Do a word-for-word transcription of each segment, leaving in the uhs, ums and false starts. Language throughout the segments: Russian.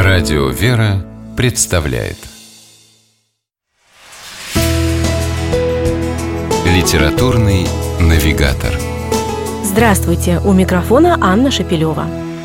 Радио «Вера» представляет Литературный навигатор. Здравствуйте! У микрофона Анна Шапилева.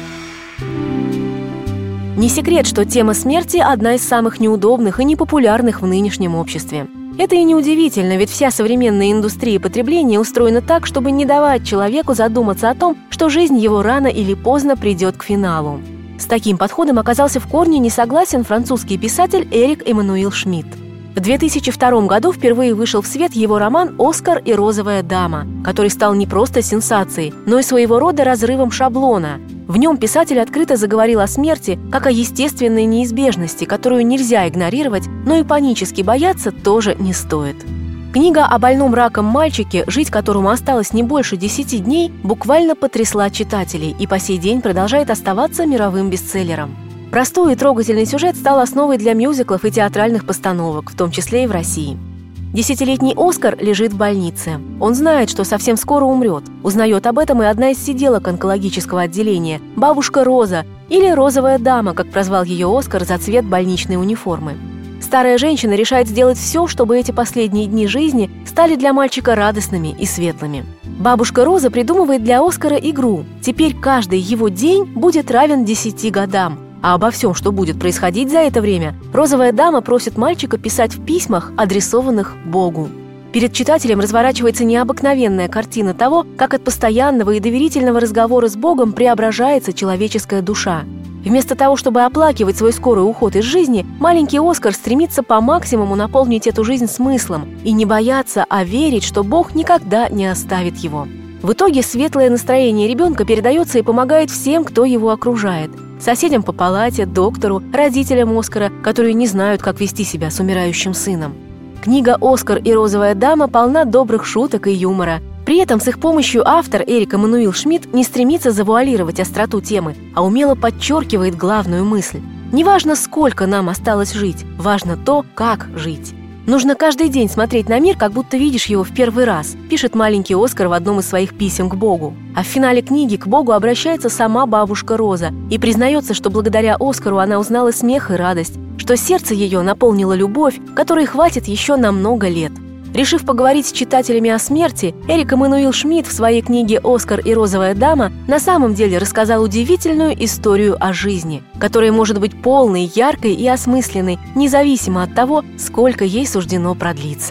Не секрет, что тема смерти – одна из самых неудобных и непопулярных в нынешнем обществе. Это и неудивительно, ведь вся современная индустрия потребления устроена так, чтобы не давать человеку задуматься о том, что жизнь его рано или поздно придет к финалу. С таким подходом оказался в корне не согласен французский писатель Эрик Эммануил Шмидт. В две тысячи втором году впервые вышел в свет его роман «Оскар и розовая дама», который стал не просто сенсацией, но и своего рода разрывом шаблона. В нем писатель открыто заговорил о смерти как о естественной неизбежности, которую нельзя игнорировать, но и панически бояться тоже не стоит. Книга о больном раком мальчике, жить которому осталось не больше десяти дней, буквально потрясла читателей и по сей день продолжает оставаться мировым бестселлером. Простой и трогательный сюжет стал основой для мюзиклов и театральных постановок, в том числе и в России. Десятилетний Оскар лежит в больнице. Он знает, что совсем скоро умрет. Узнает об этом и одна из сиделок онкологического отделения – бабушка Роза, или «розовая дама», как прозвал ее Оскар за цвет больничной униформы. Старая женщина решает сделать все, чтобы эти последние дни жизни стали для мальчика радостными и светлыми. Бабушка Роза придумывает для Оскара игру. Теперь каждый его день будет равен десяти годам. А обо всем, что будет происходить за это время, розовая дама просит мальчика писать в письмах, адресованных Богу. Перед читателем разворачивается необыкновенная картина того, как от постоянного и доверительного разговора с Богом преображается человеческая душа. Вместо того, чтобы оплакивать свой скорый уход из жизни, маленький Оскар стремится по максимуму наполнить эту жизнь смыслом и не бояться, а верить, что Бог никогда не оставит его. В итоге светлое настроение ребенка передается и помогает всем, кто его окружает. Соседям по палате, доктору, родителям Оскара, которые не знают, как вести себя с умирающим сыном. Книга «Оскар и розовая дама» полна добрых шуток и юмора. При этом с их помощью автор Эрик Эммануил Шмидт не стремится завуалировать остроту темы, а умело подчеркивает главную мысль. Не важно, сколько нам осталось жить, важно то, как жить. Нужно каждый день смотреть на мир, как будто видишь его в первый раз, пишет маленький Оскар в одном из своих писем к Богу. А в финале книги к Богу обращается сама бабушка Роза и признается, что благодаря Оскару она узнала смех и радость, что сердце ее наполнило любовь, которой хватит еще на много лет. Решив поговорить с читателями о смерти, Эрик Эммануил Шмидт в своей книге «Оскар и розовая дама» на самом деле рассказал удивительную историю о жизни, которая может быть полной, яркой и осмысленной, независимо от того, сколько ей суждено продлиться.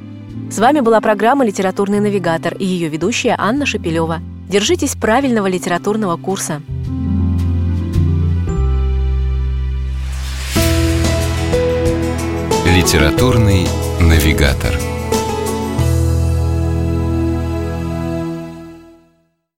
С вами была программа «Литературный навигатор» и ее ведущая Анна Шапилева. Держитесь правильного литературного курса. Литературный навигатор.